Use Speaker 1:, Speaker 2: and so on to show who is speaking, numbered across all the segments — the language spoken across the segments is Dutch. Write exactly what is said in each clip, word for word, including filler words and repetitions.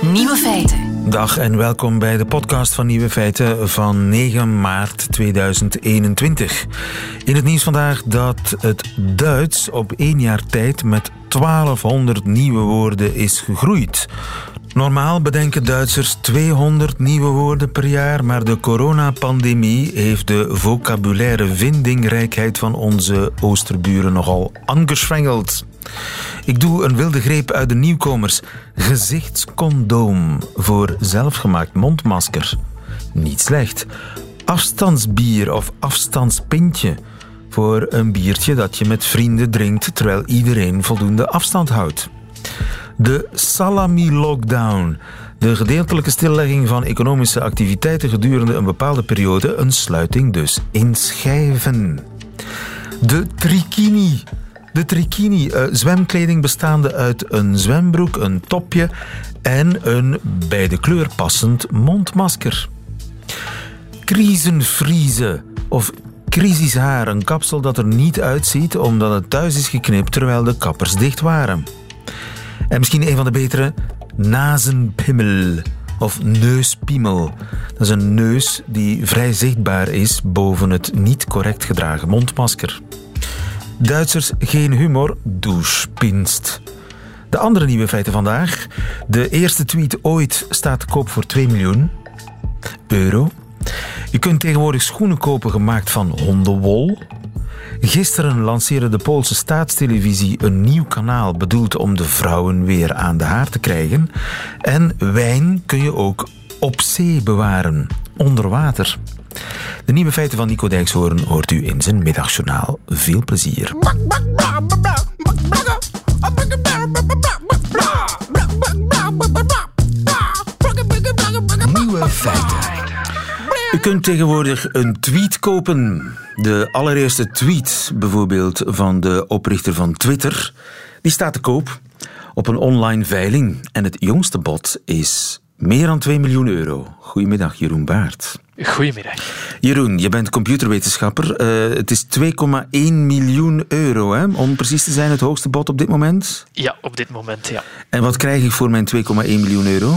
Speaker 1: Nieuwe feiten.
Speaker 2: Dag en welkom bij de podcast van Nieuwe Feiten van negen maart tweeduizend eenentwintig. In het nieuws vandaag dat het Duits op één jaar tijd met twaalfhonderd nieuwe woorden is gegroeid. Normaal bedenken Duitsers tweehonderd nieuwe woorden per jaar, maar de coronapandemie heeft de vocabulaire vindingrijkheid van onze oosterburen nogal aangeschwengeld. Ik doe een wilde greep uit de nieuwkomers. Gezichtscondoom voor zelfgemaakt mondmasker. Niet slecht. Afstandsbier of afstandspintje voor een biertje dat je met vrienden drinkt terwijl iedereen voldoende afstand houdt. De salami-lockdown. De gedeeltelijke stillegging van economische activiteiten gedurende een bepaalde periode. Een sluiting dus in schijven. De trikini. De trikini, uh, zwemkleding bestaande uit een zwembroek, een topje en een bij de kleur passend mondmasker. Krisenfrieze of crisishaar, een kapsel dat er niet uitziet omdat het thuis is geknipt terwijl de kappers dicht waren. En misschien een van de betere, nazenpimmel of neuspiemel. Dat is een neus die vrij zichtbaar is boven het niet correct gedragen mondmasker. Duitsers geen humor, douchepinst. De andere nieuwe feiten vandaag. De eerste tweet ooit staat te koop voor twee miljoen euro. Je kunt tegenwoordig schoenen kopen gemaakt van hondenwol. Gisteren lanceerde de Poolse staatstelevisie een nieuw kanaal bedoeld om de vrouwen weer aan de haar te krijgen. En wijn kun je ook op zee bewaren, onder water. De nieuwe feiten van Nico Dijkshoorn hoort u in zijn middagjournaal. Veel plezier. Nieuwe feiten. U kunt tegenwoordig een tweet kopen. De allereerste tweet bijvoorbeeld van de oprichter van Twitter, die staat te koop op een online veiling. En het jongste bod is meer dan twee miljoen euro. Goedemiddag, Jeroen Baert.
Speaker 3: Goedemiddag.
Speaker 2: Jeroen, je bent computerwetenschapper. Uh, het is twee komma één miljoen euro, hè? Om precies te zijn, het hoogste bod op dit moment?
Speaker 3: Ja, op dit moment, ja.
Speaker 2: En wat krijg ik voor mijn twee komma één miljoen euro?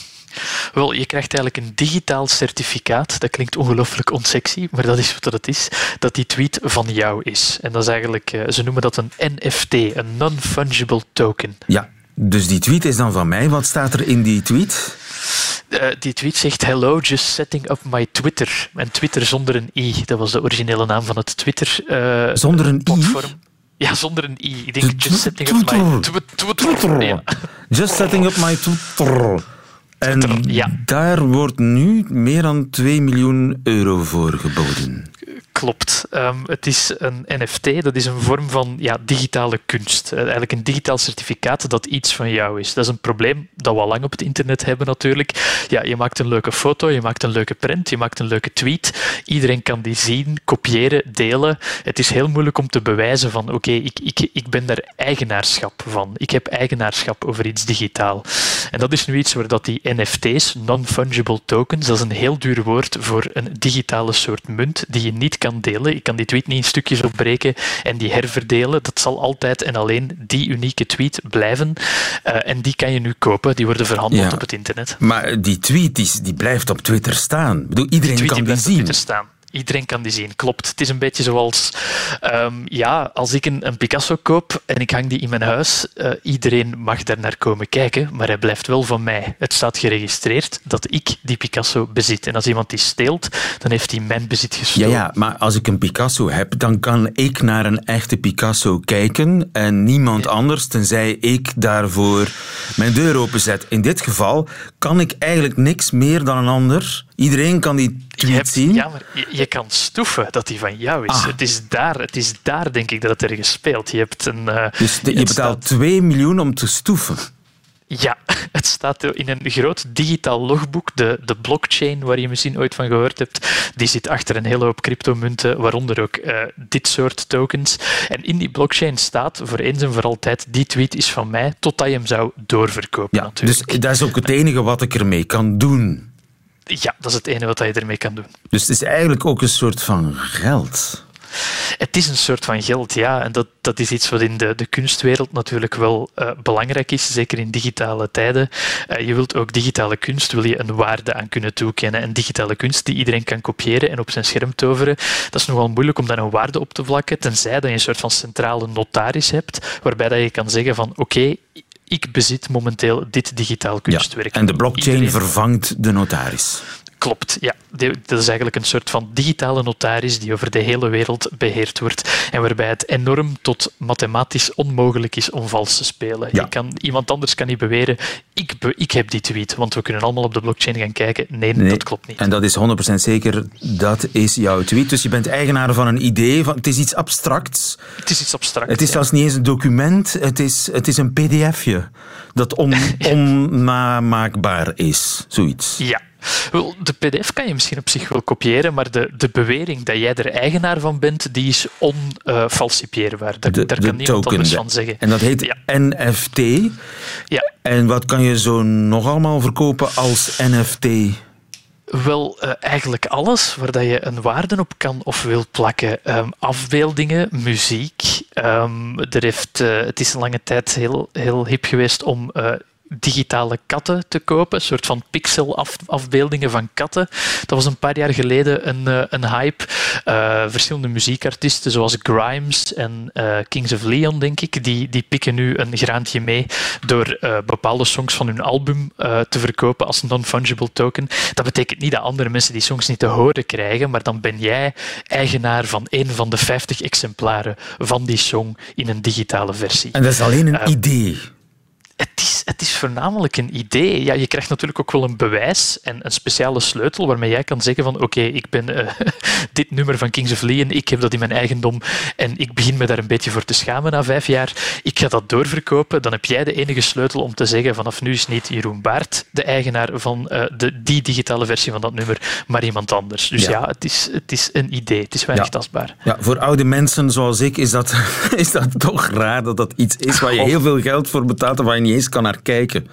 Speaker 3: Wel, je krijgt eigenlijk een digitaal certificaat. Dat klinkt ongelooflijk onsexy, maar dat is wat het is. Dat die tweet van jou is. En dat is eigenlijk, ze noemen dat een N F T, een non-fungible token.
Speaker 2: Ja, dus die tweet is dan van mij. Wat staat er in die tweet?
Speaker 3: Uh, die tweet zegt: hello, just setting up my Twitter. En Twitter zonder een i. Dat was de originele naam van het Twitter uh,
Speaker 2: Zonder een
Speaker 3: platform.
Speaker 2: i?
Speaker 3: Ja, zonder een i. Ik denk, just setting up my Twitter. Ja.
Speaker 2: Just setting up my Twitter. En
Speaker 3: Twitter, ja.
Speaker 2: Daar wordt nu meer dan twee miljoen euro voor geboden.
Speaker 3: Klopt. Um, het is een N F T, dat is een vorm van ja, digitale kunst. Uh, eigenlijk een digitaal certificaat dat iets van jou is. Dat is een probleem dat we al lang op het internet hebben natuurlijk. Ja, je maakt een leuke foto, je maakt een leuke print, je maakt een leuke tweet. Iedereen kan die zien, kopiëren, delen. Het is heel moeilijk om te bewijzen van oké, okay, ik, ik, ik ben daar eigenaarschap van. Ik heb eigenaarschap over iets digitaal. En dat is nu iets waar dat die N F T's, non-fungible tokens, dat is een heel duur woord voor een digitale soort munt die je niet kan delen. Ik kan die tweet niet in stukjes opbreken en die herverdelen. Dat zal altijd en alleen die unieke tweet blijven. Uh, en die kan je nu kopen. Die worden verhandeld ja, op het internet.
Speaker 2: Maar die tweet die, die blijft op Twitter staan. Ik bedoel, iedereen
Speaker 3: die
Speaker 2: kan
Speaker 3: die
Speaker 2: die zien.
Speaker 3: Op Twitter staan. Iedereen kan die zien, klopt. Het is een beetje zoals, um, ja, als ik een, een Picasso koop en ik hang die in mijn huis, uh, iedereen mag daar naar komen kijken, maar hij blijft wel van mij. Het staat geregistreerd dat ik die Picasso bezit. En als iemand die steelt, dan heeft hij mijn bezit gestolen.
Speaker 2: Ja, ja, maar als ik een Picasso heb, dan kan ik naar een echte Picasso kijken en niemand ja. anders, tenzij ik daarvoor mijn deur openzet. In dit geval kan ik eigenlijk niks meer dan een ander. Iedereen kan die tweet
Speaker 3: je hebt,
Speaker 2: zien.
Speaker 3: Ja, maar je, je kan stoeven dat die van jou is. Ah. Het is daar, het is daar, denk ik, dat het ergens speelt. Je hebt een... Uh,
Speaker 2: dus de, je betaalt staat... twee miljoen om te stoeven?
Speaker 3: Ja, het staat in een groot digitaal logboek. De, de blockchain, waar je misschien ooit van gehoord hebt, die zit achter een hele hoop cryptomunten, waaronder ook uh, dit soort tokens. En in die blockchain staat voor eens en voor altijd, die tweet is van mij, totdat je hem zou doorverkopen.
Speaker 2: Ja,
Speaker 3: natuurlijk.
Speaker 2: Dus dat is ook het enige wat ik ermee kan doen.
Speaker 3: Ja, dat is het enige wat je ermee kan doen.
Speaker 2: Dus het is eigenlijk ook een soort van geld.
Speaker 3: Het is een soort van geld, ja. En dat, dat is iets wat in de, de kunstwereld natuurlijk wel uh, belangrijk is, zeker in digitale tijden. Uh, je wilt ook digitale kunst, wil je een waarde aan kunnen toekennen. En digitale kunst die iedereen kan kopiëren en op zijn scherm toveren, dat is nogal moeilijk om daar een waarde op te vlakken, tenzij dat je een soort van centrale notaris hebt, waarbij dat je kan zeggen van oké, okay, ik bezit momenteel dit digitaal kunstwerk.
Speaker 2: Ja, en de blockchain iedereen... vervangt de notaris.
Speaker 3: Klopt, ja. Dat is eigenlijk een soort van digitale notaris die over de hele wereld beheerd wordt en waarbij het enorm tot mathematisch onmogelijk is om vals te spelen.
Speaker 2: Ja.
Speaker 3: Je kan, iemand anders kan niet beweren, ik, be, ik heb die tweet, want we kunnen allemaal op de blockchain gaan kijken. Nee, nee, dat klopt niet.
Speaker 2: En dat is honderd procent zeker, dat is jouw tweet. Dus je bent eigenaar van een idee, van, het is iets abstracts.
Speaker 3: Het is iets abstracts.
Speaker 2: Het is
Speaker 3: ja.
Speaker 2: zelfs niet eens een document, het is, het is een pdfje dat on, onnamaakbaar is, zoiets.
Speaker 3: Ja. Wel, de pdf kan je misschien op zich wel kopiëren, maar de, de bewering dat jij er eigenaar van bent, die is onfalsifieerbaar. Uh, daar
Speaker 2: de,
Speaker 3: daar
Speaker 2: de
Speaker 3: kan niemand
Speaker 2: token,
Speaker 3: anders
Speaker 2: de,
Speaker 3: van zeggen.
Speaker 2: En dat heet ja. N F T.
Speaker 3: Ja.
Speaker 2: En wat kan je zo nog allemaal verkopen als N F T?
Speaker 3: Wel, uh, eigenlijk alles waar dat je een waarde op kan of wilt plakken. Um, afbeeldingen, muziek. Um, er heeft, uh, het is een lange tijd heel, heel hip geweest om... Uh, digitale katten te kopen, een soort van pixelafbeeldingen van katten. Dat was een paar jaar geleden een, een hype. Uh, verschillende muziekartiesten, zoals Grimes en uh, Kings of Leon, denk ik, die, die pikken nu een graantje mee door uh, bepaalde songs van hun album uh, te verkopen als non-fungible token. Dat betekent niet dat andere mensen die songs niet te horen krijgen, maar dan ben jij eigenaar van een van de vijftig exemplaren van die song in een digitale versie.
Speaker 2: En dat is alleen een uh, idee.
Speaker 3: Het is, het is voornamelijk een idee. Ja, je krijgt natuurlijk ook wel een bewijs en een speciale sleutel waarmee jij kan zeggen van oké, okay, ik ben uh, dit nummer van Kings of Leon, ik heb dat in mijn eigendom en ik begin me daar een beetje voor te schamen na vijf jaar. Ik ga dat doorverkopen. Dan heb jij de enige sleutel om te zeggen vanaf nu is niet Jeroen Baert de eigenaar van uh, de, die digitale versie van dat nummer, maar iemand anders. Dus ja, ja het, is, het is een idee. Het is weinig ja. tastbaar.
Speaker 2: Ja, voor oude mensen zoals ik is dat, is dat toch raar dat dat iets is waar je heel veel geld voor betaalt en waar je niet eens kan naar kijken.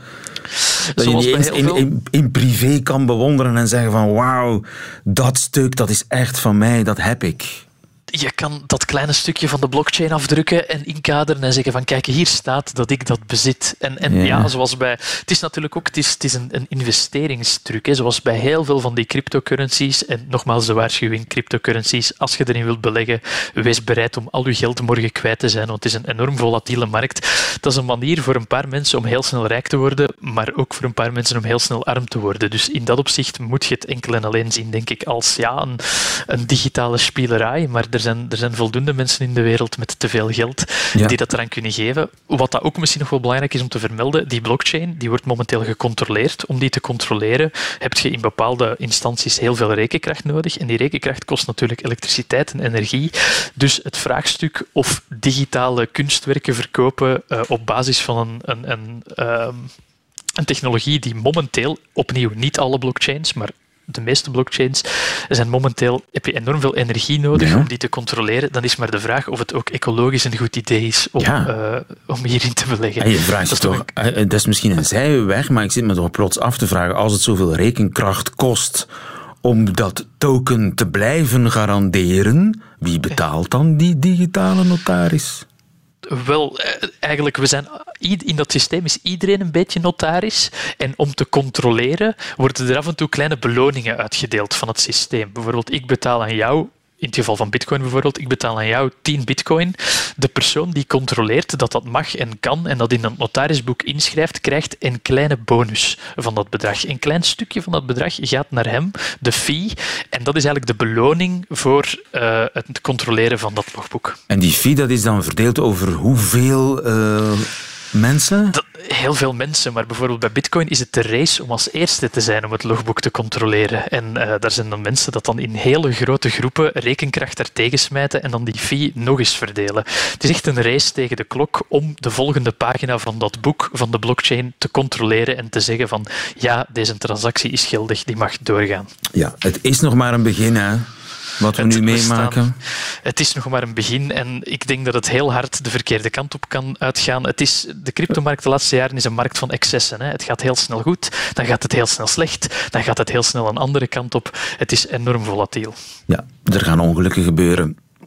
Speaker 2: Dat Zoals je niet eens in, in, in privé kan bewonderen en zeggen van wauw, dat stuk, dat is echt van mij, dat heb ik.
Speaker 3: Je kan dat kleine stukje van de blockchain afdrukken en inkaderen en zeggen van kijk, hier staat dat ik dat bezit. En, en ja. ja, zoals bij... Het is natuurlijk ook het is, het is een, een investeringstruc, hè, zoals bij heel veel van die cryptocurrencies. En nogmaals de waarschuwing, cryptocurrencies, als je erin wilt beleggen, wees bereid om al je geld morgen kwijt te zijn, want het is een enorm volatiele markt. Dat is een manier voor een paar mensen om heel snel rijk te worden, maar ook voor een paar mensen om heel snel arm te worden. Dus in dat opzicht moet je het enkel en alleen zien, denk ik, als ja, een, een digitale spielerij, maar er Er zijn, er zijn voldoende mensen in de wereld met te veel geld ja. die dat eraan kunnen geven. Wat dat ook misschien nog wel belangrijk is om te vermelden, die blockchain die wordt momenteel gecontroleerd. Om die te controleren heb je in bepaalde instanties heel veel rekenkracht nodig. En die rekenkracht kost natuurlijk elektriciteit en energie. Dus het vraagstuk of digitale kunstwerken verkopen uh, op basis van een... een, een uh, een technologie die momenteel, opnieuw niet alle blockchains, maar de meeste blockchains zijn momenteel, heb je enorm veel energie nodig ja. om die te controleren. Dan is maar de vraag of het ook ecologisch een goed idee is om, ja. uh, om hierin te beleggen.
Speaker 2: En je vraagt dat, is toch, een... dat is misschien een zijweg, maar ik zit me toch plots af te vragen, als het zoveel rekenkracht kost om dat token te blijven garanderen, wie betaalt dan die digitale notaris?
Speaker 3: Wel, eigenlijk, we zijn, in dat systeem is iedereen een beetje notaris. En om te controleren worden er af en toe kleine beloningen uitgedeeld van het systeem. Bijvoorbeeld, ik betaal aan jou, in het geval van bitcoin bijvoorbeeld, ik betaal aan jou tien bitcoin. De persoon die controleert dat dat mag en kan en dat in het notarisboek inschrijft, krijgt een kleine bonus van dat bedrag. Een klein stukje van dat bedrag gaat naar hem, de fee. En dat is eigenlijk de beloning voor uh, het controleren van dat logboek.
Speaker 2: En die fee, dat is dan verdeeld over hoeveel... Uh... mensen?
Speaker 3: Dat, heel veel mensen, maar bijvoorbeeld bij Bitcoin is het de race om als eerste te zijn om het logboek te controleren. En uh, daar zijn dan mensen dat dan in hele grote groepen rekenkracht daar tegen smijten en dan die fee nog eens verdelen. Het is echt een race tegen de klok om de volgende pagina van dat boek van de blockchain te controleren en te zeggen van ja, deze transactie is geldig, die mag doorgaan. Ja,
Speaker 2: het is nog maar een begin, hè? Wat we het nu meemaken.
Speaker 3: Het is nog maar een begin en ik denk dat het heel hard de verkeerde kant op kan uitgaan. Het is, de cryptomarkt de laatste jaren is een markt van excessen. Hè. Het gaat heel snel goed, dan gaat het heel snel slecht, dan gaat het heel snel een andere kant op. Het is enorm volatiel.
Speaker 2: Ja, er gaan ongelukken gebeuren.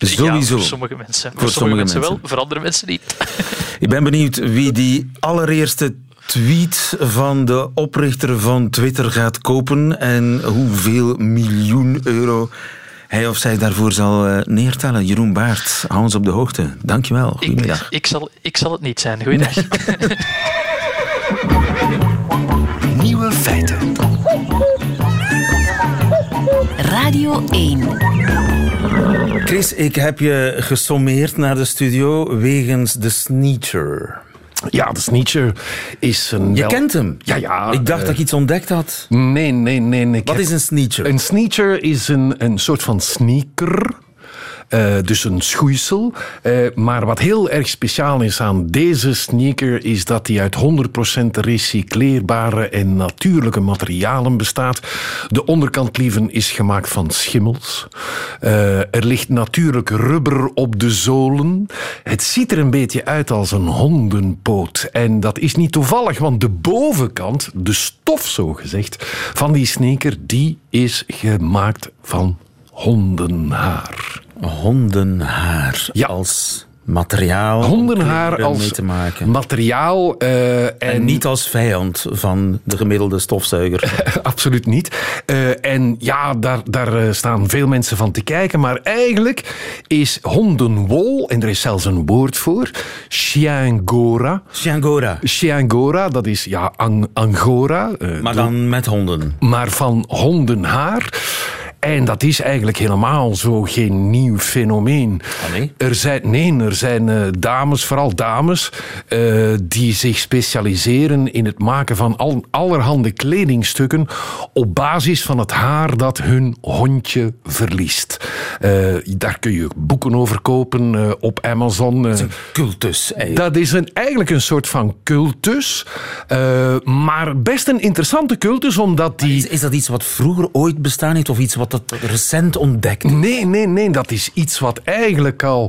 Speaker 2: Sowieso.
Speaker 3: Ja, voor sommige mensen. Voor,
Speaker 2: voor
Speaker 3: sommige,
Speaker 2: sommige
Speaker 3: mensen,
Speaker 2: mensen
Speaker 3: wel, voor andere mensen niet.
Speaker 2: Ik ben benieuwd wie die allereerste tweet van de oprichter van Twitter gaat kopen en hoeveel miljoen euro hij of zij daarvoor zal uh, neertellen. Jeroen Baert, hou ons op de hoogte. Dankjewel. Goedemiddag.
Speaker 3: Ik, ik, zal, ik zal het niet zijn. Goeiedag.
Speaker 1: Nieuwe feiten.
Speaker 4: Radio één.
Speaker 2: Chris, ik heb je gesommeerd naar de studio wegens de Sneacher.
Speaker 1: Ja, de Sneacher is een...
Speaker 2: Je
Speaker 1: wel...
Speaker 2: kent hem?
Speaker 1: Ja, ja.
Speaker 2: Ik dacht
Speaker 1: uh...
Speaker 2: dat ik iets ontdekt had.
Speaker 1: Nee, nee, nee. nee.
Speaker 2: Wat
Speaker 1: heb...
Speaker 2: is een Sneacher?
Speaker 1: Een Sneacher is een, een soort van sneaker... Uh, dus een schoeisel. Uh, maar wat heel erg speciaal is aan deze sneaker is dat die uit honderd procent recycleerbare en natuurlijke materialen bestaat. De onderkant lieven is gemaakt van schimmels. Uh, er ligt natuurlijk rubber op de zolen. Het ziet er een beetje uit als een hondenpoot. En dat is niet toevallig, want de bovenkant, de stof zogezegd, van die sneaker, die is gemaakt van hondenhaar.
Speaker 2: Hondenhaar
Speaker 1: ja.
Speaker 2: als materiaal.
Speaker 1: Hondenhaar als
Speaker 2: mee te maken.
Speaker 1: materiaal. Uh, en,
Speaker 2: en niet als vijand van de gemiddelde stofzuiger.
Speaker 1: Absoluut niet. Uh, en ja, daar, daar staan veel mensen van te kijken. Maar eigenlijk is hondenwol, en er is zelfs een woord voor, Chiangora.
Speaker 2: Chiangora.
Speaker 1: Chiangora, dat is ja, ang- Angora.
Speaker 2: Uh, maar dan door, met honden.
Speaker 1: Maar van hondenhaar. En dat is eigenlijk helemaal zo geen nieuw fenomeen.
Speaker 2: Oh nee?
Speaker 1: Er zijn, nee, er zijn uh, dames, vooral dames, uh, die zich specialiseren in het maken van al, allerhande kledingstukken op basis van het haar dat hun hondje verliest. Uh, daar kun je boeken over kopen uh, op Amazon. Uh,
Speaker 2: dat is een cultus. Eigenlijk.
Speaker 1: Dat is een, eigenlijk een soort van cultus. Uh, maar best een interessante cultus, omdat die...
Speaker 2: Is, is dat iets wat vroeger ooit bestaan heeft of iets wat dat recent ontdekt?
Speaker 1: Nee, nee, nee. Dat is iets wat eigenlijk al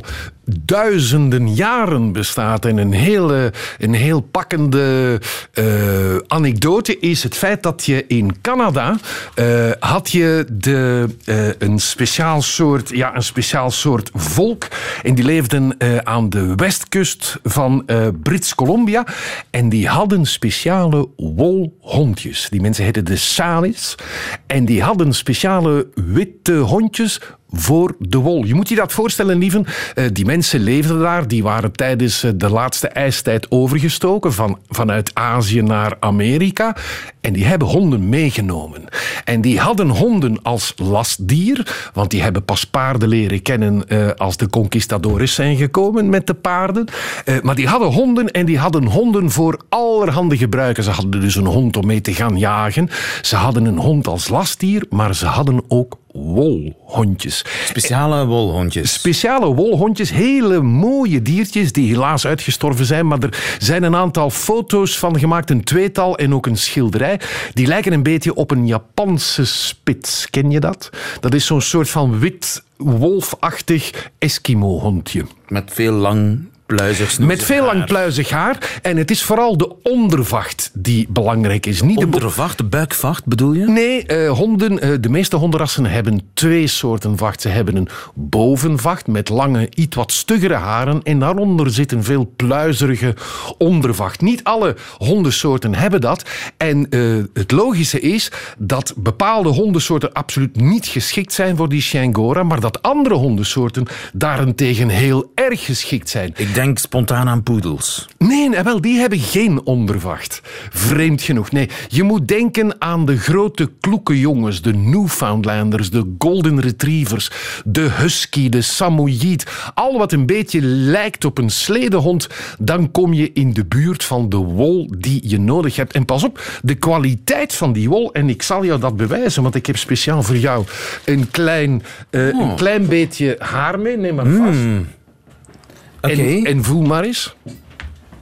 Speaker 1: duizenden jaren bestaat. En een heel, een heel pakkende uh, anekdote is het feit dat je in Canada uh, had je de, uh, een speciaal soort, ja, een speciaal soort volk. En die leefden uh, aan de westkust van uh, Brits-Columbia. En die hadden speciale wolhondjes. Die mensen heten de Salis. En die hadden speciale witte hondjes voor de wol. Je moet je dat voorstellen, lieven. Uh, die mensen leefden daar. Die waren tijdens uh, de laatste ijstijd overgestoken van, vanuit Azië naar Amerika. En die hebben honden meegenomen. En die hadden honden als lastdier, want die hebben pas paarden leren kennen uh, als de conquistadores zijn gekomen met de paarden. Uh, maar die hadden honden en die hadden honden voor allerhande gebruiken. Ze hadden dus een hond om mee te gaan jagen. Ze hadden een hond als lastdier, maar ze hadden ook wolhondjes.
Speaker 2: Speciale wolhondjes.
Speaker 1: Speciale wolhondjes, hele mooie diertjes die helaas uitgestorven zijn, maar er zijn een aantal foto's van gemaakt, een tweetal en ook een schilderij. Die lijken een beetje op een Japanse spits. Ken je dat? Dat is zo'n soort van wit, wolfachtig Eskimo-hondje.
Speaker 2: Met veel lang...
Speaker 1: Met veel lang pluizig haar. En het is vooral de ondervacht die belangrijk is. Niet
Speaker 2: ondervacht, de buikvacht bedoel je?
Speaker 1: Nee, uh, honden, uh, de meeste hondenrassen hebben twee soorten vacht. Ze hebben een bovenvacht met lange, iets wat stuggere haren. En daaronder zit een veel pluizerige ondervacht. Niet alle hondensoorten hebben dat. En uh, het logische is dat bepaalde hondensoorten absoluut niet geschikt zijn voor die Chiangora, maar dat andere hondensoorten daarentegen heel erg geschikt zijn.
Speaker 2: Ik denk spontaan aan poedels.
Speaker 1: Nee, wel, die hebben geen ondervacht. Vreemd genoeg. Nee, je moet denken aan de grote kloeke jongens, de Newfoundlanders, de Golden Retrievers, de Husky, de Samoyed. Al wat een beetje lijkt op een sledehond, dan kom je in de buurt van de wol die je nodig hebt. En pas op, de kwaliteit van die wol, en ik zal jou dat bewijzen, want ik heb speciaal voor jou een klein, uh, oh. een klein beetje haar mee. Neem maar vast.
Speaker 2: Mm.
Speaker 1: Okay. En, en voel maar eens.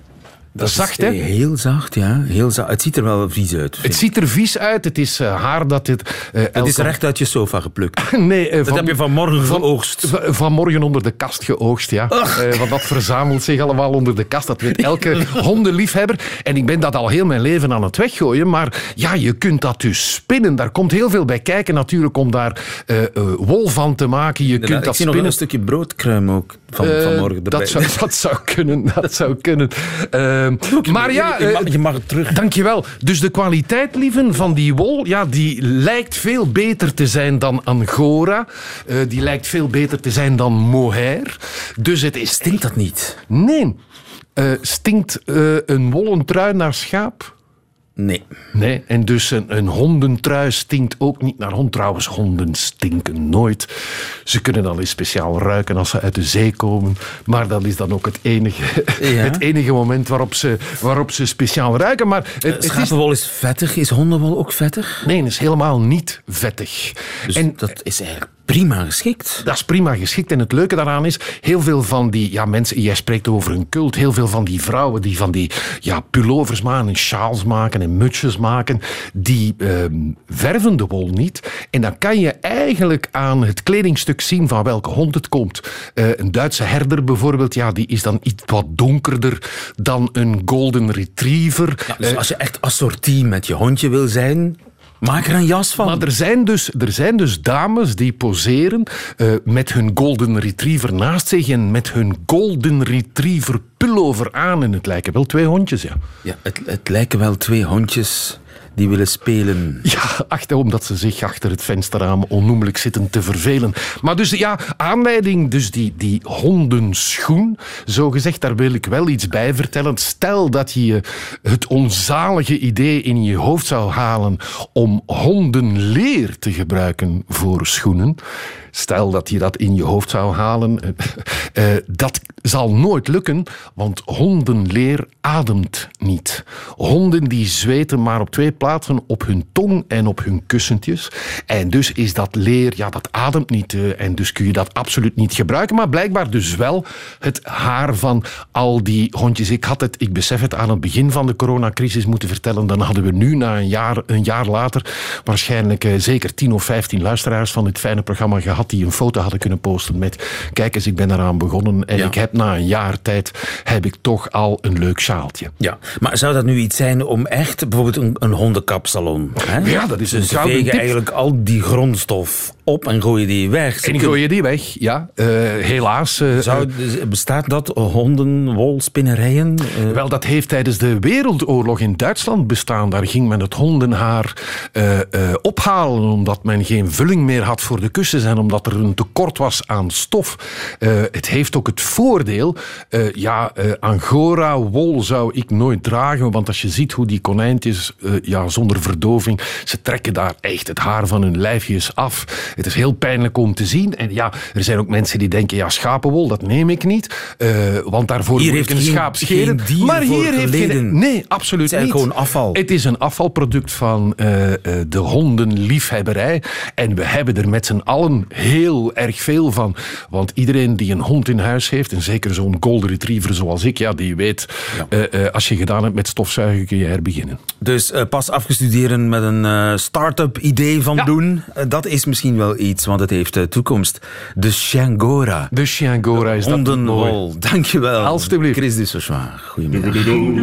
Speaker 1: Dat is zacht, hè?
Speaker 2: Heel zacht, ja. Heel zacht. Het ziet er wel vies uit.
Speaker 1: Het ziet er vies uit. Het is uh, haar dat dit... Uh,
Speaker 2: het is recht uit je sofa geplukt.
Speaker 1: nee, uh,
Speaker 2: dat
Speaker 1: van,
Speaker 2: heb je vanmorgen
Speaker 1: van,
Speaker 2: geoogst.
Speaker 1: Van, vanmorgen onder de kast geoogst, ja. Uh, want dat verzamelt zich allemaal onder de kast. Dat weet elke hondenliefhebber. En ik ben dat al heel mijn leven aan het weggooien. Maar ja, je kunt dat dus spinnen. Daar komt heel veel bij kijken natuurlijk om daar uh, uh, wol van te maken. Je kunt
Speaker 2: ik
Speaker 1: dat
Speaker 2: zie
Speaker 1: spinnen.
Speaker 2: nog een stukje broodkruim ook van, uh, vanmorgen erbij.
Speaker 1: Dat zou, dat zou kunnen. Dat zou kunnen. Uh, maar ja...
Speaker 2: Je mag, je mag het terug.
Speaker 1: Dankjewel. Dus de kwaliteit, lieven, van die wol, ja, die lijkt veel beter te zijn dan Angora. Uh, die lijkt veel beter te zijn dan mohair. Dus het is...
Speaker 2: Stinkt dat niet?
Speaker 1: Nee. Uh, stinkt uh, een wollen trui naar schaap?
Speaker 2: Nee.
Speaker 1: Nee, en dus een, een hondentrui stinkt ook niet naar hond. Trouwens, honden stinken nooit. Ze kunnen dan eens speciaal ruiken als ze uit de zee komen. Maar dat is dan ook het enige, ja. het enige moment waarop ze, waarop ze speciaal ruiken. Maar het,
Speaker 2: uh, schapenwol is... is vettig. Is hondenwol ook vettig?
Speaker 1: Nee, het is helemaal niet vettig.
Speaker 2: Dus
Speaker 1: en,
Speaker 2: dat is eigenlijk prima geschikt.
Speaker 1: Dat is prima geschikt. En het leuke daaraan is, heel veel van die ja, mensen, jij spreekt over een cult, heel veel van die vrouwen die van die ja, pullovers maken en sjaals maken en mutsjes maken, die uh, verven de wol niet. En dan kan je eigenlijk aan het kledingstuk zien van welke hond het komt. Uh, een Duitse herder bijvoorbeeld, ja, die is dan iets wat donkerder dan een golden retriever.
Speaker 2: Ja, dus als je echt assortie met je hondje wil zijn... Maak er een jas van.
Speaker 1: Maar er zijn dus, er zijn dus dames die poseren uh, met hun golden retriever naast zich en met hun golden retriever pullover aan. En het lijken wel twee hondjes, ja.
Speaker 2: Ja, het, het lijken wel twee hondjes die willen spelen.
Speaker 1: Ja, achter, omdat ze zich achter het vensterraam onnoemelijk zitten te vervelen. Maar dus ja, aanleiding, dus die, die hondenschoen, zogezegd, daar wil ik wel iets bij vertellen. Stel dat je het onzalige idee in je hoofd zou halen om hondenleer te gebruiken voor schoenen. Stel dat je dat in je hoofd zou halen. Uh, dat zal nooit lukken, want hondenleer ademt niet. Honden die zweten maar op twee plaatsen, op hun tong en op hun kussentjes. En dus is dat leer, ja, dat ademt niet. Uh, en dus kun je dat absoluut niet gebruiken. Maar blijkbaar dus wel het haar van al die hondjes. Ik had het, ik besef het, aan het begin van de coronacrisis moeten vertellen. Dan hadden we nu, na een jaar, een jaar later, waarschijnlijk uh, zeker tien of vijftien luisteraars van dit fijne programma gehad die een foto hadden kunnen posten met kijk eens, ik ben eraan begonnen en ja. ik heb na een jaar tijd heb ik toch al een leuk sjaaltje.
Speaker 2: Ja, maar zou dat nu iets zijn om echt bijvoorbeeld een, een hondenkapsalon? Hè?
Speaker 1: Ja, dat is een
Speaker 2: Ze vegen eigenlijk al die grondstof op en gooien die weg. Ze
Speaker 1: en
Speaker 2: kunnen...
Speaker 1: gooi je die weg, ja. Uh, helaas. Uh,
Speaker 2: Zou, bestaat dat, hondenwolspinnerijen? Uh...
Speaker 1: Wel, dat heeft tijdens de Wereldoorlog in Duitsland bestaan. Daar ging men het hondenhaar uh, uh, ophalen omdat men geen vulling meer had voor de kussens en omdat er een tekort was aan stof. Uh, het heeft ook het voordeel, uh, ja, uh, Angora-wol zou ik nooit dragen, want als je ziet hoe die konijntjes, uh, ja, zonder verdoving, ze trekken daar echt het haar van hun lijfjes af. Het is heel pijnlijk om te zien. En ja, er zijn ook mensen die denken, ja, schapenwol, dat neem ik niet, uh, want daarvoor
Speaker 2: hier
Speaker 1: moet ik een schaap scheren.
Speaker 2: Maar hier heeft geen...
Speaker 1: Nee, absoluut
Speaker 2: niet. Het is
Speaker 1: niet.
Speaker 2: gewoon afval.
Speaker 1: Het is een afvalproduct van uh, uh, de hondenliefhebberij. En we hebben er met z'n allen heel erg veel van. Want iedereen die een hond in huis heeft, en zeker zo'n golden retriever zoals ik, ja, die weet, ja. uh, uh, als je gedaan hebt met stofzuigen, kun je herbeginnen.
Speaker 2: Dus uh, pas afgestuderen met een uh, start-up idee van ja. doen, uh, dat is misschien wel iets, want het heeft uh, toekomst. De Chiangora.
Speaker 1: De Chiangora is dat
Speaker 2: hondenwol. Dankjewel.
Speaker 1: Alsjeblieft.
Speaker 2: Chris Dussochois. Goedemiddag.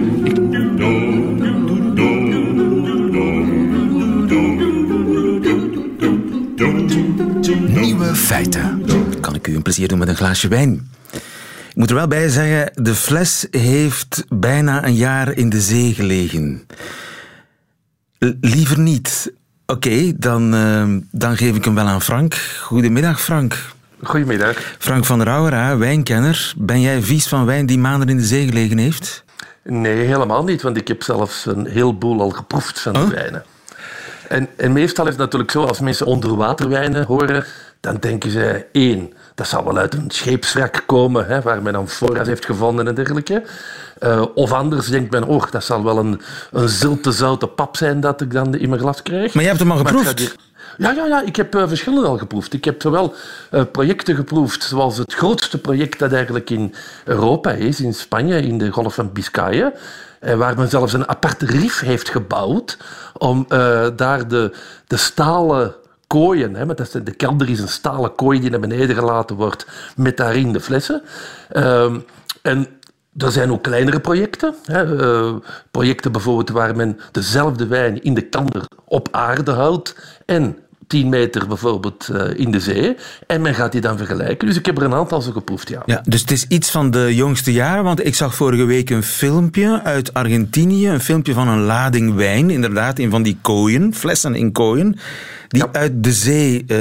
Speaker 2: Nieuwe feiten. Kan ik u een plezier doen met een glaasje wijn? Ik moet er wel bij zeggen, de fles heeft bijna een jaar in de zee gelegen. L- liever niet. Oké, okay, dan, uh, dan geef ik hem wel aan Frank. Goedemiddag, Frank.
Speaker 5: Goedemiddag.
Speaker 2: Frank van Rouwera, wijnkenner. Ben jij vies van wijn die maanden in de zee gelegen heeft?
Speaker 5: Nee, helemaal niet, want ik heb zelfs een heleboel al geproefd van die oh? wijnen. En, en meestal is het natuurlijk zo, als mensen onderwaterwijnen horen, dan denken ze, één, dat zal wel uit een scheepswrak komen, hè, waar men amfora's heeft gevonden en dergelijke. Uh, of anders denkt men, oh, dat zal wel een, een zilte, zoute pap zijn dat ik dan in mijn glas krijg.
Speaker 2: Maar je hebt hem al geproefd?
Speaker 5: Ja, ja, ja, ik heb uh, verschillende al geproefd. Ik heb zowel uh, projecten geproefd, zoals het grootste project dat eigenlijk in Europa is, in Spanje, in de Golf van Biscayen, uh, waar men zelfs een apart rif heeft gebouwd om uh, daar de, de stalen kooien, hè, dat is de kelder is een stalen kooi die naar beneden gelaten wordt met daarin de flessen. Uh, en er zijn ook kleinere projecten. Hè. Uh, projecten bijvoorbeeld waar men dezelfde wijn in de kelder op aarde houdt en tien meter bijvoorbeeld uh, in de zee. En men gaat die dan vergelijken. Dus ik heb er een aantal zo geproefd, ja.
Speaker 2: ja. Dus het is iets van de jongste jaren, want ik zag vorige week een filmpje uit Argentinië, een filmpje van een lading wijn, inderdaad, in van die kooien, flessen in kooien, die ja. uit de zee uh,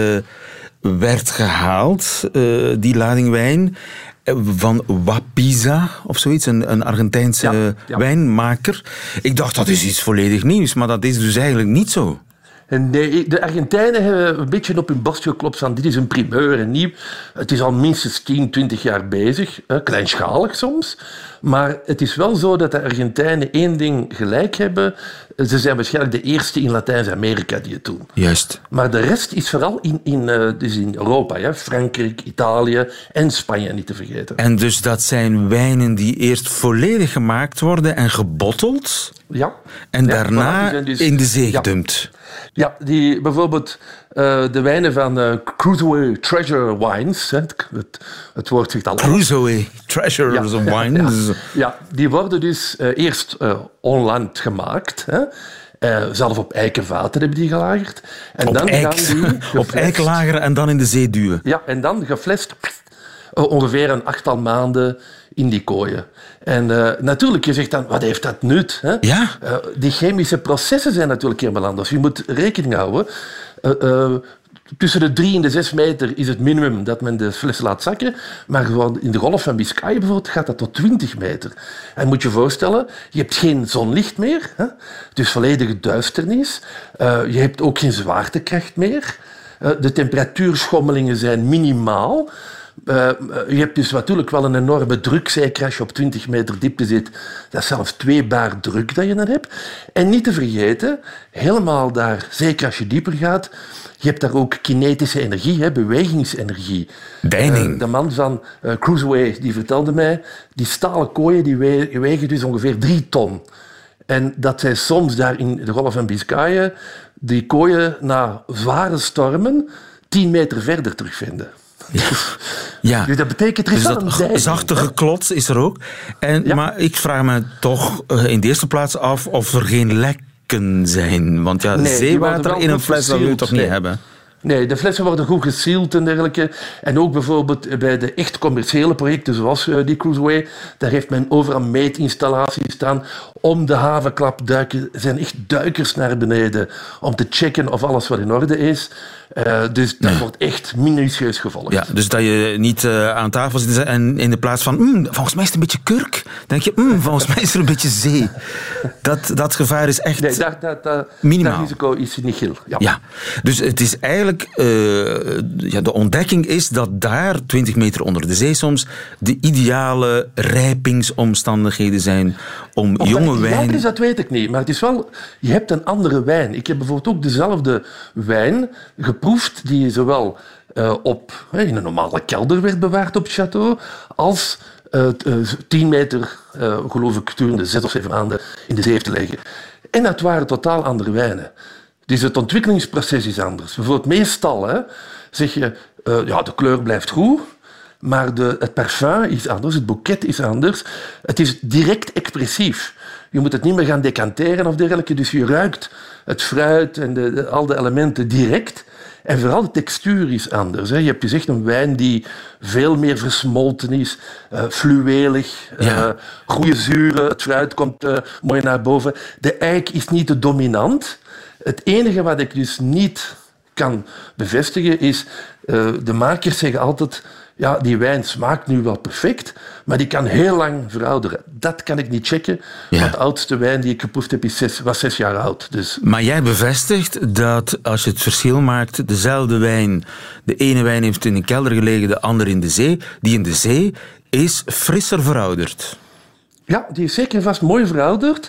Speaker 2: werd gehaald, uh, die lading wijn, van Wapisa of zoiets, een, een Argentijnse ja, ja. wijnmaker. Ik dacht, dat is iets volledig nieuws, maar dat is dus eigenlijk niet zo.
Speaker 5: Nee, de Argentijnen hebben een beetje op hun borst geklopt van dit is een primeur en nieuw. Het is al minstens tien, twintig jaar bezig, kleinschalig soms. Maar het is wel zo dat de Argentijnen één ding gelijk hebben. Ze zijn waarschijnlijk de eerste in Latijns-Amerika die het doen.
Speaker 2: Juist.
Speaker 5: Maar de rest is vooral in, in, dus in Europa. Ja? Frankrijk, Italië en Spanje niet te vergeten.
Speaker 2: En dus dat zijn wijnen die eerst volledig gemaakt worden en gebotteld.
Speaker 5: Ja.
Speaker 2: En
Speaker 5: ja,
Speaker 2: daarna
Speaker 5: voilà, dus,
Speaker 2: in de zee
Speaker 5: ja.
Speaker 2: gedumpt.
Speaker 5: Ja, die, bijvoorbeeld uh, de wijnen van uh, Crusoe Treasure Wines. Hè, het, het woord zegt al.
Speaker 2: Crusoe Treasure
Speaker 5: ja,
Speaker 2: Wines.
Speaker 5: Ja, ja, die worden dus uh, eerst uh, on land gemaakt. Hè. Uh, zelf op eikenvaten hebben die gelagerd. En
Speaker 2: op
Speaker 5: dan
Speaker 2: eik,
Speaker 5: gaan die geflest,
Speaker 2: op eik lageren en dan in de zee duwen.
Speaker 5: Ja, en dan geflest uh, ongeveer een achttal maanden in die kooien. En uh, natuurlijk, je zegt dan, wat heeft dat nut? Hè?
Speaker 2: Ja.
Speaker 5: Uh, die chemische processen zijn natuurlijk helemaal anders. Je moet rekening houden. Uh, uh, tussen de drie en de zes meter is het minimum dat men de fles laat zakken. Maar gewoon in de Golf van Biscayen bijvoorbeeld gaat dat tot twintig meter. En moet je voorstellen, je hebt geen zonlicht meer. Hè? Dus volledige duisternis. Uh, je hebt ook geen zwaartekracht meer. Uh, de temperatuurschommelingen zijn minimaal. Uh, je hebt dus natuurlijk wel een enorme druk, zeker als je op twintig meter diepte zit. Dat is zelfs twee bar druk dat je dan hebt. En niet te vergeten, helemaal daar, zeker als je dieper gaat, je hebt daar ook kinetische energie, hè, bewegingsenergie.
Speaker 2: Deining.
Speaker 5: Uh, de man van uh, Crusoe die vertelde mij, die stalen kooien die we- wegen dus ongeveer drie ton. En dat zij soms daar in de Golf van Biscayen die kooien na zware stormen tien meter verder terugvinden.
Speaker 2: Ja. Ja.
Speaker 5: Dus dat betekent er is
Speaker 2: dus
Speaker 5: wel
Speaker 2: dat
Speaker 5: een deining,
Speaker 2: zachte
Speaker 5: hè?
Speaker 2: geklots is er ook. En,
Speaker 5: Ja.
Speaker 2: Maar ik vraag me toch uh, in de eerste plaats af of er geen lekken zijn. Want ja,
Speaker 5: Nee, die worden
Speaker 2: zeewater
Speaker 5: wel
Speaker 2: in een
Speaker 5: goed
Speaker 2: fles dat wil je
Speaker 5: gesield.
Speaker 2: toch niet
Speaker 5: Nee.
Speaker 2: hebben?
Speaker 5: Nee, de flessen worden goed gesealed en dergelijke. En ook bijvoorbeeld bij de echt commerciële projecten zoals uh, die Crusoe, daar heeft men overal meetinstallaties staan. Om de havenklap duiken, er zijn echt duikers naar beneden om te checken of alles wat in orde is. Uh, dus dat
Speaker 2: Nee.
Speaker 5: wordt echt minutieus gevolgd.
Speaker 2: Ja, dus dat je niet uh, aan tafel zit en in de plaats van mm, volgens mij is het een beetje kurk, denk je mm, volgens mij is er een beetje zee. Dat, dat gevaar is echt
Speaker 5: Nee, dat, dat, dat,
Speaker 2: minimaal.
Speaker 5: dat risico is niet heel. Ja.
Speaker 2: Ja, dus het is eigenlijk... Uh, ja, de ontdekking is dat daar, twintig meter onder de zee soms, de ideale rijpingsomstandigheden zijn om
Speaker 5: Of
Speaker 2: jonge
Speaker 5: dat het ideaal
Speaker 2: wijn...
Speaker 5: is, dat weet ik niet. Maar het is wel... Je hebt een andere wijn. Ik heb bijvoorbeeld ook dezelfde wijn geproefd die zowel uh, op, in een normale kelder werd bewaard op het château, als uh, tien meter, uh, geloof ik, gedurende zes of zeven maanden in de zee heeft te liggen. En dat waren totaal andere wijnen. Dus het ontwikkelingsproces is anders. Bijvoorbeeld meestal hè, zeg je, uh, ja, de kleur blijft goed, maar de, het parfum is anders, het boeket is anders. Het is direct expressief. Je moet het niet meer gaan decanteren of dergelijke, dus je ruikt het fruit en de, de, al de elementen direct. En vooral de textuur is anders. Hè. Je hebt dus echt een wijn die veel meer versmolten is, uh, fluwelig,
Speaker 2: Ja.
Speaker 5: uh, goede zuren, het fruit komt uh, mooi naar boven. De eik is niet te dominant. Het enige wat ik dus niet kan bevestigen is, uh, de makers zeggen altijd, ja, die wijn smaakt nu wel perfect, maar die kan heel lang verouderen. Dat kan ik niet checken,
Speaker 2: Ja.
Speaker 5: want de oudste wijn die ik geproefd heb is zes, was zes jaar oud. Dus
Speaker 2: Maar jij bevestigt dat als je het verschil maakt, dezelfde wijn, de ene wijn heeft in een kelder gelegen, de andere in de zee, die in de zee is frisser verouderd.
Speaker 5: ja, die is zeker en vast mooi verouderd.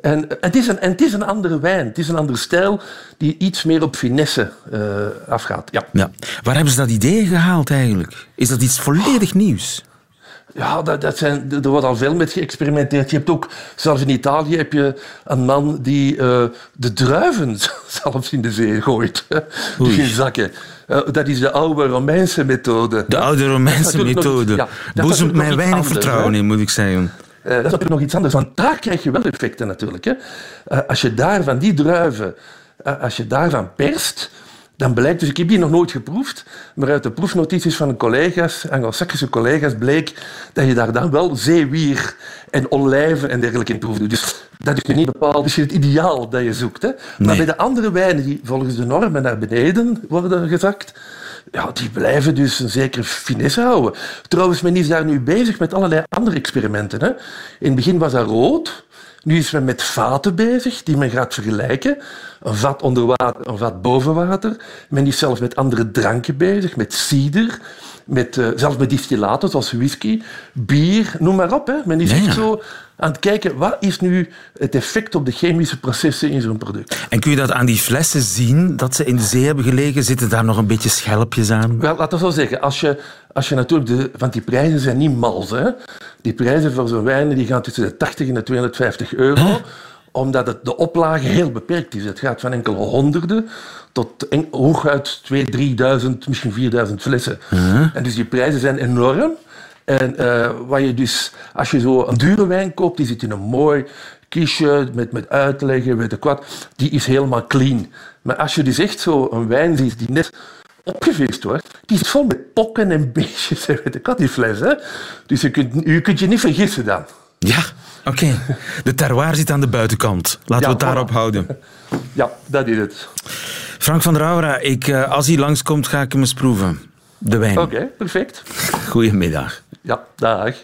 Speaker 5: En het is een, en het is een andere wijn, het is een andere stijl die iets meer op finesse uh, afgaat. Ja.
Speaker 2: Ja. Waar hebben ze dat idee gehaald eigenlijk? Is dat iets volledig nieuws?
Speaker 5: Ja, dat, dat zijn, er wordt al veel met geëxperimenteerd. Je hebt ook, zelfs in Italië heb je een man die uh, de druiven zelfs in de zee gooit. Dus in zakken. Uh, dat is de oude Romeinse methode.
Speaker 2: De oude Romeinse methode. Ja, boezemt mij weinig anders, vertrouwen in, moet ik zeggen.
Speaker 5: Uh, dat is natuurlijk nog iets anders, want daar krijg je wel effecten natuurlijk. Hè. Uh, als je daar van die druiven, uh, als je daarvan perst, dan blijkt, dus ik heb die nog nooit geproefd, maar uit de proefnotities van collega's, Anglo-Saxische collega's, bleek dat je daar dan wel zeewier en olijven en dergelijke in proefde. Dus dat is niet bepaald dus het ideaal dat je zoekt. Hè. Nee. Maar bij de andere wijnen die volgens de normen naar beneden worden gezakt, ja, die blijven dus een zekere finesse houden. Trouwens, men is daar nu bezig met allerlei andere experimenten. Hè. In het begin was dat rood. Nu is men met vaten bezig, die men gaat vergelijken. Een vat onder water, een vat boven water. Men is zelfs met andere dranken bezig, met cider, met, uh, zelfs met distillaten zoals whisky, bier, noem maar op. Hè. Men is ja, echt ja. zo aan het kijken, wat is nu het effect op de chemische processen in zo'n product.
Speaker 2: En kun je dat aan die flessen zien, dat ze in de zee hebben gelegen? Zitten daar nog een beetje schelpjes aan?
Speaker 5: Wel, laat dat zo zeggen. Als je, als je natuurlijk de, want die prijzen zijn niet mals. Hè. Die prijzen voor zo'n wijnen die gaan tussen de tachtig en de tweehonderdvijftig euro. Huh? Omdat het, de oplage heel beperkt is. Het gaat van enkele honderden tot en, hooguit tweeduizend, drieduizend, misschien vierduizend flessen. Uh-huh. En dus die prijzen zijn enorm. En uh, wat je dus, als je zo een dure wijn koopt, die zit in een mooi kistje met, met uitleggen, weet ik wat, die is helemaal clean. Maar als je dus echt zo een wijn ziet die net opgevist wordt, die is vol met pokken en beestjes, weet ik wat, die fles. Hè? Dus je kunt, je kunt je niet vergissen dan.
Speaker 2: Ja, oké. Okay. De terroir zit aan de buitenkant. Laten ja, we het daarop voilà. houden.
Speaker 5: Ja, dat is het.
Speaker 2: Frank van der Aura, ik, als hij langskomt, ga ik hem eens proeven. De wijn.
Speaker 5: Oké, okay, perfect.
Speaker 2: Goedemiddag.
Speaker 5: Ja, dag.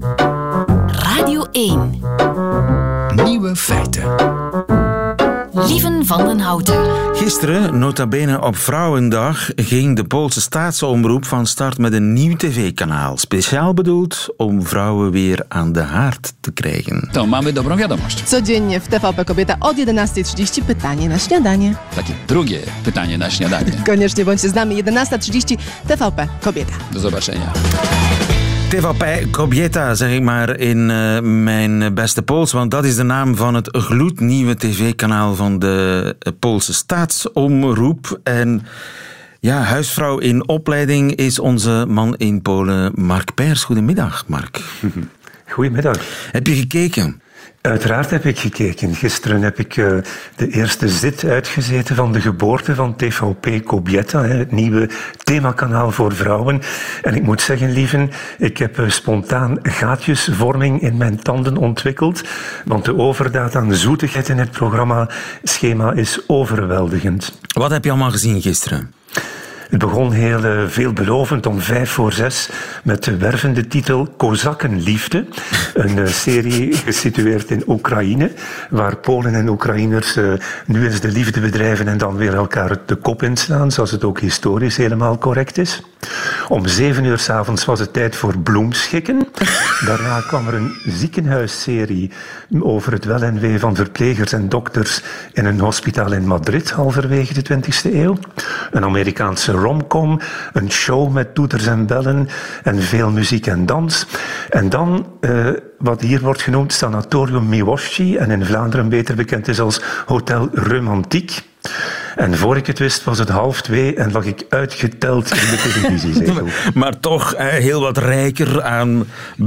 Speaker 4: Radio één.
Speaker 1: Nieuwe feiten.
Speaker 4: Lieven van den Houten.
Speaker 2: Gisteren, nota bene op Vrouwendag, ging de Poolse staatsomroep van start met een nieuw tv-kanaal. Speciaal bedoeld om vrouwen weer aan de haard te krijgen.
Speaker 6: To mamy dobrą wiadomość.
Speaker 7: Codziennie w T V P Kobieta od jedenastej trzydzieści pytanie na śniadanie.
Speaker 6: Takie drugie pytanie na śniadanie.
Speaker 7: Koniecznie bądźcie z nami. jedenasta trzydzieści T V P Kobieta.
Speaker 6: Do zobaczenia.
Speaker 2: T V P Kobieta, zeg ik maar in uh, mijn beste Pools, want dat is de naam van het gloednieuwe tv-kanaal van de Poolse staatsomroep. En ja, huisvrouw in opleiding is onze man in Polen, Mark Peers. Goedemiddag, Mark.
Speaker 8: Goedemiddag.
Speaker 2: Heb je gekeken?
Speaker 8: Uiteraard heb ik gekeken. Gisteren heb ik uh, de eerste zit uitgezeten van de geboorte van T V P Kobieta, het nieuwe themakanaal voor vrouwen. En ik moet zeggen, lieven, ik heb uh, spontaan gaatjesvorming in mijn tanden ontwikkeld, want de overdaad aan zoetigheid in het programma-schema is overweldigend.
Speaker 2: Wat heb je allemaal gezien gisteren?
Speaker 8: Het begon heel uh, veelbelovend om vijf voor zes met de wervende titel Kozakkenliefde. Een uh, serie gesitueerd in Oekraïne, waar Polen en Oekraïners uh, nu eens de liefde bedrijven en dan weer elkaar de kop inslaan, zoals het ook historisch helemaal correct is. Om zeven uur 's avonds was het tijd voor bloemschikken. Daarna kwam er een ziekenhuisserie over het wel en wee van verplegers en dokters in een hospitaal in Madrid, halverwege de twintigste eeuw. Een Amerikaanse romcom, een show met toeters en bellen en veel muziek en dans. En dan, uh, wat hier wordt genoemd, Sanatorium Miłości en in Vlaanderen beter bekend is als Hotel Romantiek. En voor ik het wist was het half twee en lag ik uitgeteld in de televisiezetel.
Speaker 2: Maar toch eh, heel wat rijker aan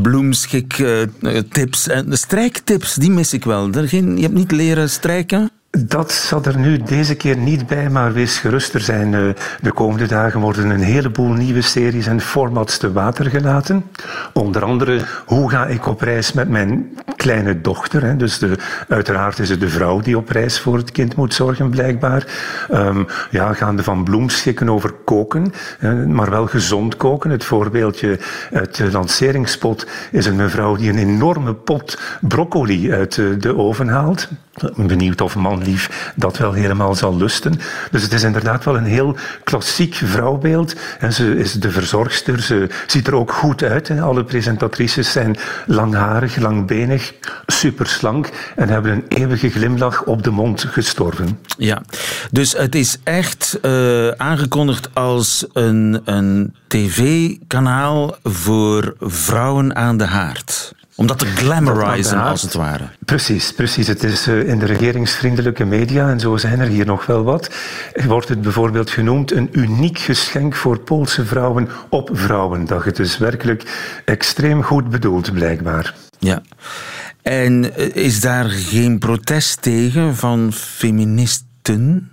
Speaker 2: bloemschik-tips. Uh, en strijktips, die mis ik wel. Je hebt niet leren strijken?
Speaker 8: Dat zat er nu deze keer niet bij, maar wees gerust. Er zijn uh, de komende dagen worden een heleboel nieuwe series en formats te water gelaten. Onder andere, hoe ga ik op reis met mijn kleine dochter? Hè? Dus de, uiteraard is het de vrouw die op reis voor het kind moet zorgen, blijkbaar. Um, ja, gaande van bloemschikken over koken, uh, maar wel gezond koken. Het voorbeeldje uit de lanceringsspot is een mevrouw die een enorme pot broccoli uit uh, de oven haalt. Ik ben benieuwd of manlief dat wel helemaal zal lusten. Dus het is inderdaad wel een heel klassiek vrouwbeeld. En ze is de verzorgster, ze ziet er ook goed uit. Hè. Alle presentatrices zijn langharig, langbenig, superslank en hebben een eeuwige glimlach op de mond gestorven.
Speaker 2: Ja, dus het is echt uh, aangekondigd als een, een tv-kanaal voor vrouwen aan de haard. Om dat te glamorizen, als het ware.
Speaker 8: Precies, precies. Het is uh, in de regeringsvriendelijke media, en zo zijn er hier nog wel wat, wordt het bijvoorbeeld genoemd een uniek geschenk voor Poolse vrouwen op Vrouwendag. Het is werkelijk extreem goed bedoeld, blijkbaar.
Speaker 2: Ja. En is daar geen protest tegen van feministen?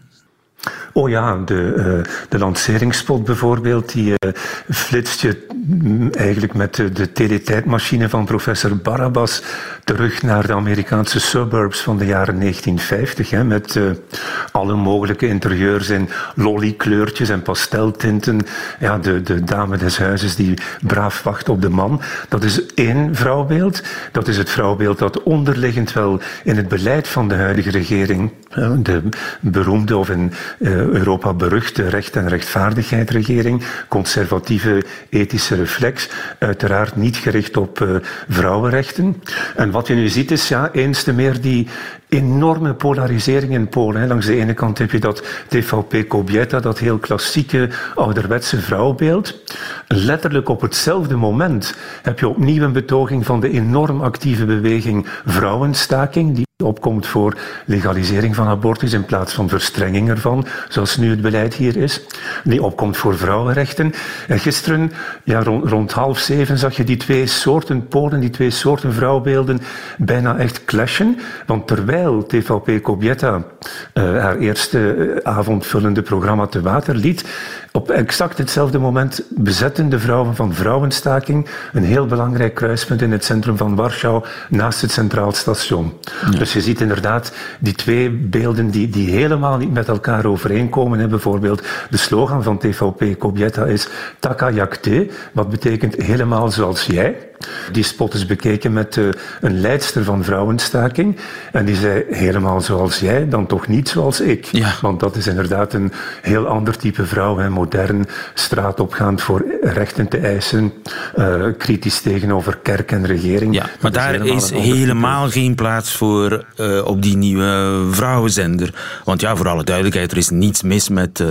Speaker 8: Oh ja, de, uh, de lanceringsspot bijvoorbeeld, die uh, flitst je eigenlijk met de, de teletijdmachine van professor Barabbas terug naar de Amerikaanse suburbs van de jaren negentien vijftig, hè, met uh, alle mogelijke interieurs in lollykleurtjes en pasteltinten. Ja, de, de dame des huizes die braaf wacht op de man. Dat is één vrouwbeeld. Dat is het vrouwbeeld dat onderliggend wel in het beleid van de huidige regering, de beroemde of in uh, Europa beruchte recht- en rechtvaardigheid-regering, conservatieve ethische reflex, uiteraard niet gericht op uh, vrouwenrechten. En wat je nu ziet is, ja, eens te meer die enorme polarisering in Polen. Langs de ene kant heb je dat T V P Kobieta, dat heel klassieke ouderwetse vrouwbeeld. Letterlijk op hetzelfde moment heb je opnieuw een betoging van de enorm actieve beweging Vrouwenstaking, die opkomt voor legalisering van abortus in plaats van verstrenging ervan, zoals nu het beleid hier is. Die opkomt voor vrouwenrechten. En gisteren, ja, rond, rond half zeven, zag je die twee soorten Polen, die twee soorten vrouwbeelden bijna echt clashen. Want terwijl T V P Kobieta uh, haar eerste avondvullende programma te water liet, op exact hetzelfde moment bezetten de vrouwen van Vrouwenstaking een heel belangrijk kruispunt in het centrum van Warschau, naast het Centraal Station. Ja. Dus je ziet inderdaad die twee beelden die, die helemaal niet met elkaar overeenkomen. Hè. Bijvoorbeeld de slogan van T V P Kobieta is Taka jak ty, wat betekent helemaal zoals jij. Die spot is bekeken met uh, een leidster van Vrouwenstaking. En die zei, helemaal zoals jij, dan toch niet zoals ik. Ja. Want dat is inderdaad een heel ander type vrouw. Hè. Modern, straatopgaand voor rechten te eisen. Uh, kritisch tegenover kerk en regering.
Speaker 2: Ja, maar daar is helemaal, is helemaal geen plaats voor uh, op die nieuwe vrouwenzender. Want ja, voor alle duidelijkheid, er is niets mis met, uh,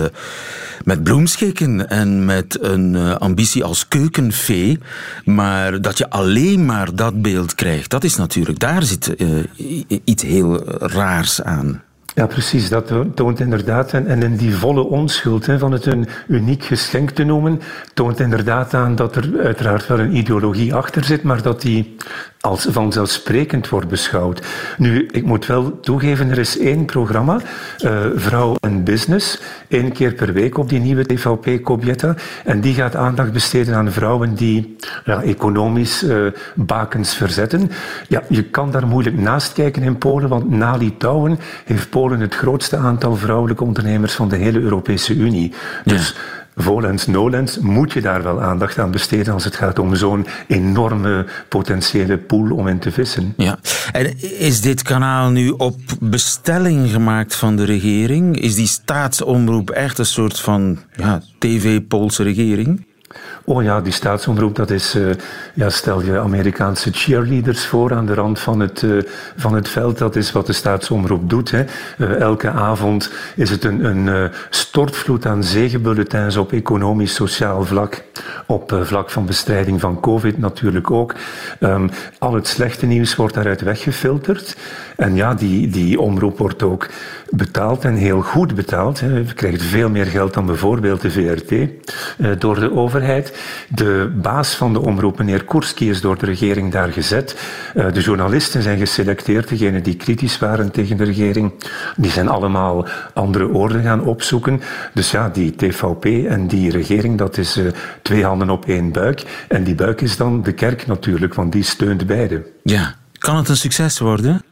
Speaker 2: met bloemschikken en met een uh, ambitie als keukenfee. Maar dat je alleen maar dat beeld krijgt, dat is natuurlijk, daar zit uh, iets heel raars aan.
Speaker 8: Ja, precies. Dat toont inderdaad, en in die volle onschuld hè, van het een uniek geschenk te noemen, toont inderdaad aan dat er uiteraard wel een ideologie achter zit, maar dat die als vanzelfsprekend wordt beschouwd. Nu, ik moet wel toegeven, er is één programma, uh, Vrouw en Business, één keer per week op die nieuwe T V P Kobieta, en die gaat aandacht besteden aan vrouwen die ja, economisch uh, bakens verzetten. Ja, je kan daar moeilijk naast kijken in Polen, want na Litouwen heeft Polen het grootste aantal vrouwelijke ondernemers van de hele Europese Unie. Dus ja. Volens, nolens moet je daar wel aandacht aan besteden als het gaat om zo'n enorme potentiële pool om in te vissen.
Speaker 2: Ja. En is dit kanaal nu op bestelling gemaakt van de regering? Is die staatsomroep echt een soort van ja, T V-Poolse regering?
Speaker 8: Oh ja, die staatsomroep, dat is, uh, ja, stel je Amerikaanse cheerleaders voor aan de rand van het, uh, van het veld. Dat is wat de staatsomroep doet. Hè. Uh, elke avond is het een, een uh, stortvloed aan zegenbulletins op economisch, sociaal vlak. Op uh, vlak van bestrijding van COVID natuurlijk ook. Um, al het slechte nieuws wordt daaruit weggefilterd. En ja, die, die omroep wordt ook betaald en heel goed betaald. Hè. Je krijgt veel meer geld dan bijvoorbeeld de V R T uh, door de overheid. De baas van de omroep, meneer Kurski, is door de regering daar gezet. Uh, de journalisten zijn geselecteerd, degenen die kritisch waren tegen de regering. Die zijn allemaal andere oorden gaan opzoeken. Dus ja, die T V P en die regering, dat is uh, twee handen op één buik. En die buik is dan de kerk natuurlijk, want die steunt beide.
Speaker 2: Ja, kan het een succes worden?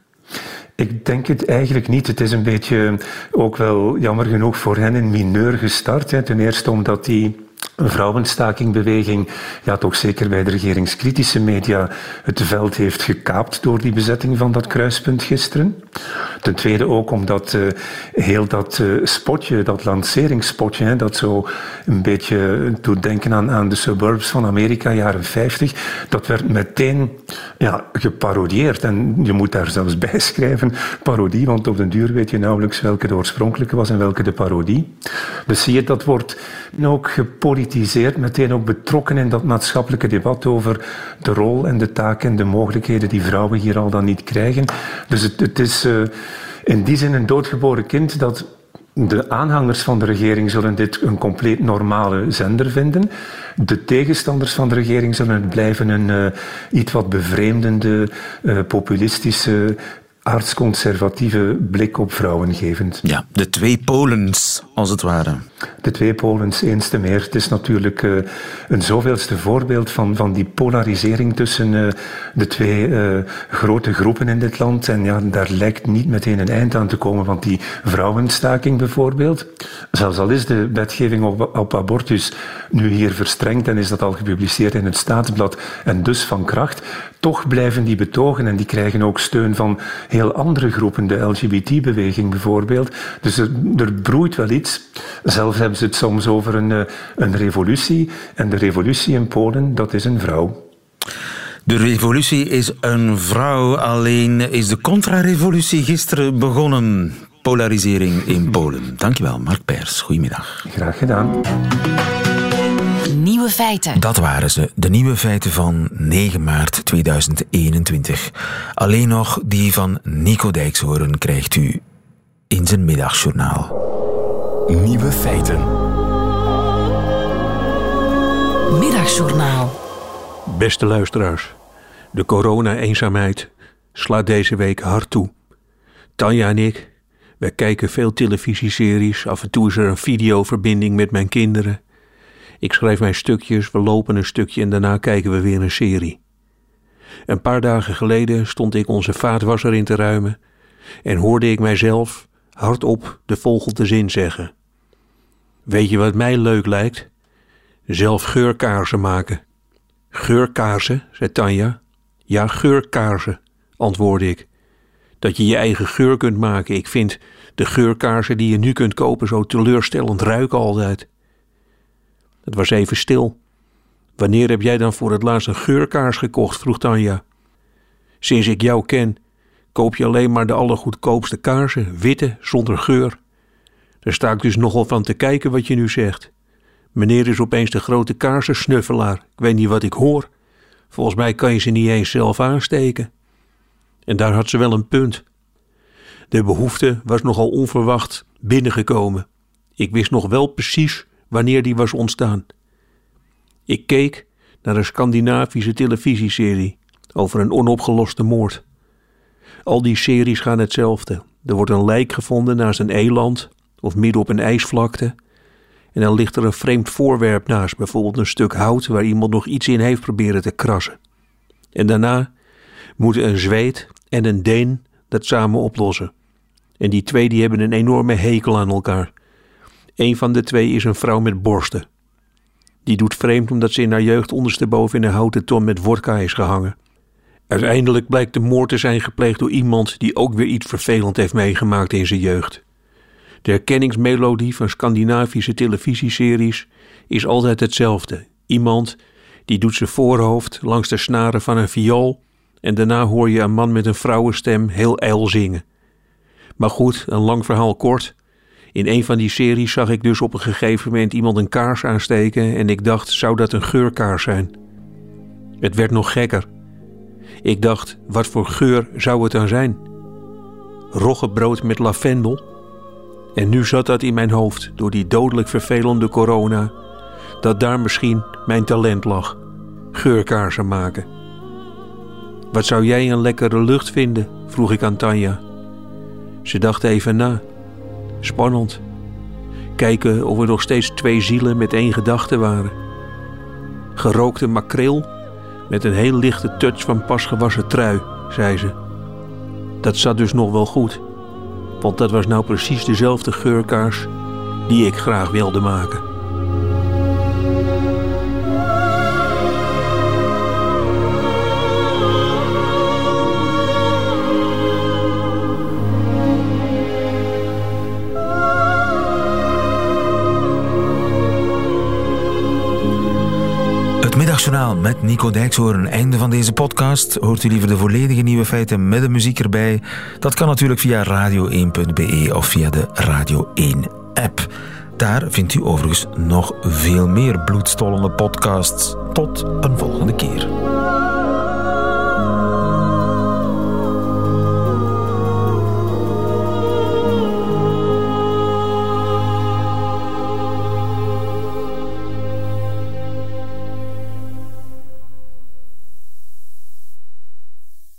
Speaker 8: Ik denk het eigenlijk niet. Het is een beetje ook wel jammer genoeg voor hen in mineur gestart. Hè. Ten eerste omdat die vrouwenstakingbeweging, ja toch zeker bij de regeringskritische media, het veld heeft gekaapt door die bezetting van dat kruispunt gisteren. Ten tweede ook omdat uh, heel dat uh, spotje, dat lanceringsspotje, hè, dat zo een beetje doet denken aan, aan de suburbs van Amerika, jaren vijftig, dat werd meteen ja, geparodieerd. En je moet daar zelfs bij schrijven, parodie, want op den duur weet je nauwelijks welke de oorspronkelijke was en welke de parodie. Dus zie je, dat wordt ook gepolitiseerd, meteen ook betrokken in dat maatschappelijke debat over de rol en de taken en de mogelijkheden die vrouwen hier al dan niet krijgen. Dus het, het is uh, in die zin een doodgeboren kind dat de aanhangers van de regering zullen dit een compleet normale zender vinden. De tegenstanders van de regering zullen het blijven een uh, iets wat bevreemdende, uh, populistische, aardsconservatieve blik op vrouwen gevend.
Speaker 2: Ja, de twee polens, als het ware.
Speaker 8: De twee polens, eens te meer. Het is natuurlijk uh, een zoveelste voorbeeld van, van die polarisering tussen uh, de twee uh, grote groepen in dit land. En ja, daar lijkt niet meteen een eind aan te komen, want die vrouwenstaking bijvoorbeeld, zelfs al is de wetgeving op, op abortus nu hier verstrengd en is dat al gepubliceerd in het Staatsblad en dus van kracht, toch blijven die betogen en die krijgen ook steun van heel andere groepen, de L G B T-beweging bijvoorbeeld. Dus er, er broeit wel iets. Zelfs hebben ze het soms over een, een revolutie. En de revolutie in Polen, dat is een vrouw.
Speaker 2: De revolutie is een vrouw, alleen is de contra-revolutie gisteren begonnen. Polarisering in Polen. Dankjewel, Mark Peers. Goedemiddag.
Speaker 8: Graag gedaan.
Speaker 4: Nieuwe feiten.
Speaker 2: Dat waren ze, de nieuwe feiten van negen maart tweeduizend eenentwintig. Alleen nog die van Nico Dijkshoorn krijgt u in zijn middagjournaal.
Speaker 9: Nieuwe feiten.
Speaker 4: Middagjournaal.
Speaker 10: Beste luisteraars, de corona-eenzaamheid slaat deze week hard toe. Tanja en ik, wij kijken veel televisieseries, af en toe is er een videoverbinding met mijn kinderen. Ik schrijf mijn stukjes, we lopen een stukje en daarna kijken we weer een serie. Een paar dagen geleden stond ik onze vaatwasser in te ruimen en hoorde ik mijzelf hardop de volgende zin zeggen. Weet je wat mij leuk lijkt? Zelf geurkaarsen maken. Geurkaarsen, zei Tanja. Ja, geurkaarsen, antwoordde ik. Dat je je eigen geur kunt maken. Ik vind de geurkaarsen die je nu kunt kopen zo teleurstellend ruiken altijd. Het was even stil. Wanneer heb jij dan voor het laatst een geurkaars gekocht, vroeg Tanja. Sinds ik jou ken, koop je alleen maar de allergoedkoopste kaarsen, witte, zonder geur. Daar sta ik dus nogal van te kijken wat je nu zegt. Meneer is opeens de grote kaarsensnuffelaar. Ik weet niet wat ik hoor. Volgens mij kan je ze niet eens zelf aansteken. En daar had ze wel een punt. De behoefte was nogal onverwacht binnengekomen. Ik wist nog wel precies wanneer die was ontstaan. Ik keek naar een Scandinavische televisieserie over een onopgeloste moord. Al die series gaan hetzelfde. Er wordt een lijk gevonden naast een eland of midden op een ijsvlakte. En dan ligt er een vreemd voorwerp naast, bijvoorbeeld een stuk hout waar iemand nog iets in heeft proberen te krassen. En daarna moeten een Zweed en een Deen dat samen oplossen. En die twee die hebben een enorme hekel aan elkaar. Eén van de twee is een vrouw met borsten. Die doet vreemd omdat ze in haar jeugd ondersteboven in een houten ton met wodka is gehangen. Uiteindelijk blijkt de moord te zijn gepleegd door iemand die ook weer iets vervelend heeft meegemaakt in zijn jeugd. De herkenningsmelodie van Scandinavische televisieseries is altijd hetzelfde. Iemand die doet zijn voorhoofd langs de snaren van een viool en daarna hoor je een man met een vrouwenstem heel ijl zingen. Maar goed, een lang verhaal kort. In een van die series zag ik dus op een gegeven moment iemand een kaars aansteken en ik dacht, zou dat een geurkaars zijn? Het werd nog gekker. Ik dacht, wat voor geur zou het dan zijn? Roggebrood met lavendel? En nu zat dat in mijn hoofd, door die dodelijk vervelende corona, dat daar misschien mijn talent lag. Geurkaarsen maken. Wat zou jij een lekkere lucht vinden? Vroeg ik aan Tanja. Ze dacht even na. Spannend. Kijken of we nog steeds twee zielen met één gedachte waren. Gerookte makreel met een heel lichte touch van pasgewassen trui, zei ze. Dat zat dus nog wel goed, want dat was nou precies dezelfde geurkaars die ik graag wilde maken.
Speaker 2: Middagjournaal met Nico Dijkshoorn. Einde van deze podcast. Hoort u liever de volledige Nieuwe Feiten met de muziek erbij? Dat kan natuurlijk via radio één punt b e of via de Radio één app. Daar vindt u overigens nog veel meer bloedstollende podcasts. Tot een volgende keer.